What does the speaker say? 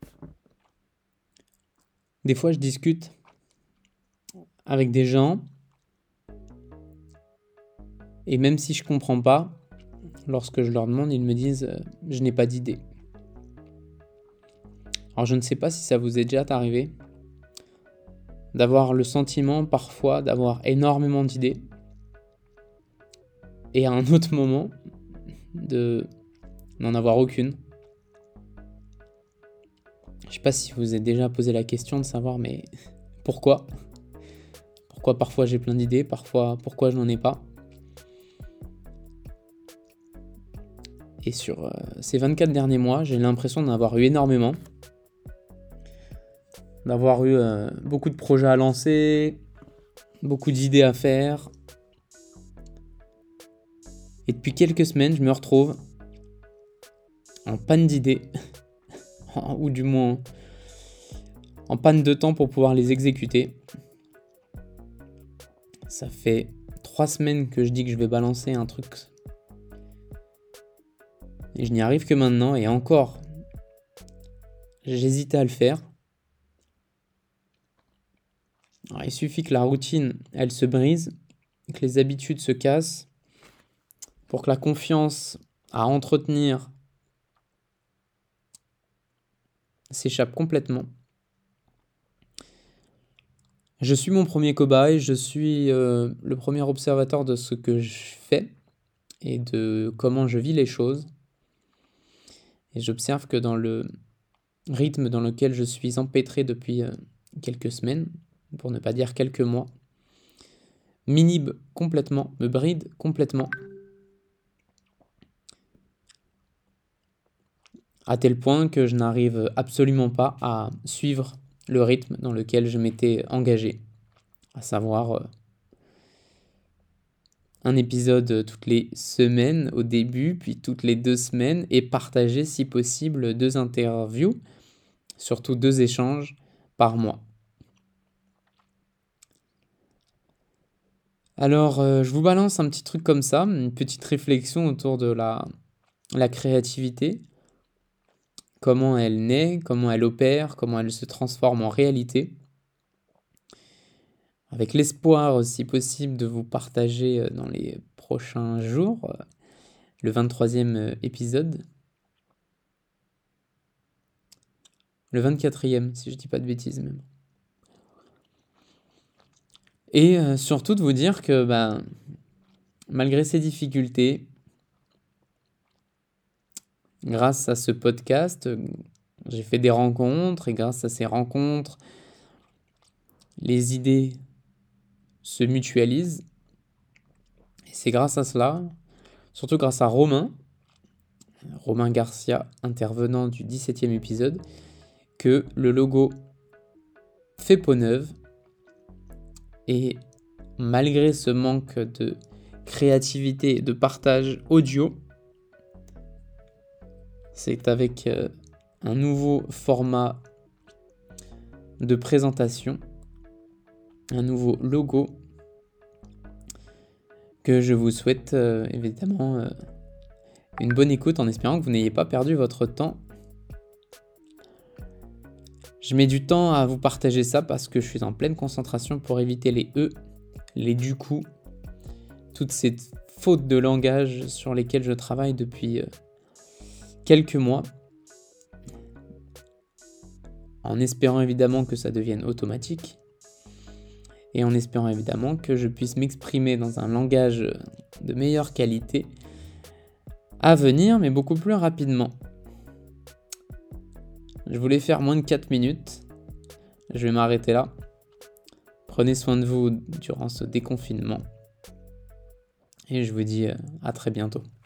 Des fois, je discute avec des gens et même si je comprends pas, lorsque je leur demande, ils me disent je n'ai pas d'idée. Alors je ne sais pas si ça vous est déjà arrivé d'avoir le sentiment parfois d'avoir énormément d'idées et à un autre moment de n'en avoir aucune. Je sais pas si vous vous êtes déjà posé la question de savoir mais pourquoi parfois j'ai plein d'idées, parfois pourquoi je n'en ai pas. Et sur ces 24 derniers mois, j'ai l'impression d'en avoir eu énormément. D'avoir eu beaucoup de projets à lancer, beaucoup d'idées à faire. Et depuis quelques semaines, je me retrouve en panne d'idées, ou du moins en panne de temps pour pouvoir les exécuter. Ça fait 3 semaines que je dis que je vais balancer un truc. Et je n'y arrive que maintenant, et encore, j'hésitais à le faire. Alors, il suffit que la routine, elle se brise, que les habitudes se cassent, pour que la confiance à entretenir s'échappe complètement. Je suis mon premier cobaye, je suis le premier observateur de ce que je fais et de comment je vis les choses. Et j'observe que dans le rythme dans lequel je suis empêtré depuis quelques semaines, pour ne pas dire quelques mois, m'inhibe complètement, me bride complètement, à tel point que je n'arrive absolument pas à suivre le rythme dans lequel je m'étais engagé, à savoir un épisode toutes les semaines au début, puis toutes les 2 semaines, et partager si possible 2 interviews, surtout 2 échanges par mois. Alors, je vous balance un petit truc comme ça, une petite réflexion autour de la créativité, comment elle naît, comment elle opère, comment elle se transforme en réalité, avec l'espoir, si possible, de vous partager dans les prochains jours le 23e épisode, le 24e, si je dis pas de bêtises même. Et surtout de vous dire que malgré ces difficultés, grâce à ce podcast, j'ai fait des rencontres et grâce à ces rencontres, les idées se mutualisent. Et c'est grâce à cela, surtout grâce à Romain Garcia, intervenant du 17e épisode, que le logo fait peau neuve. Et malgré ce manque de créativité et de partage audio, c'est avec un nouveau format de présentation, un nouveau logo, que je vous souhaite évidemment une bonne écoute en espérant que vous n'ayez pas perdu votre temps. Je mets du temps à vous partager ça parce que je suis en pleine concentration pour éviter les E, les du coup, toutes ces fautes de langage sur lesquelles je travaille depuis quelques mois, en espérant évidemment que ça devienne automatique et en espérant évidemment que je puisse m'exprimer dans un langage de meilleure qualité à venir, mais beaucoup plus rapidement. Je voulais faire moins de 4 minutes. Je vais m'arrêter là. Prenez soin de vous durant ce déconfinement. Et je vous dis à très bientôt.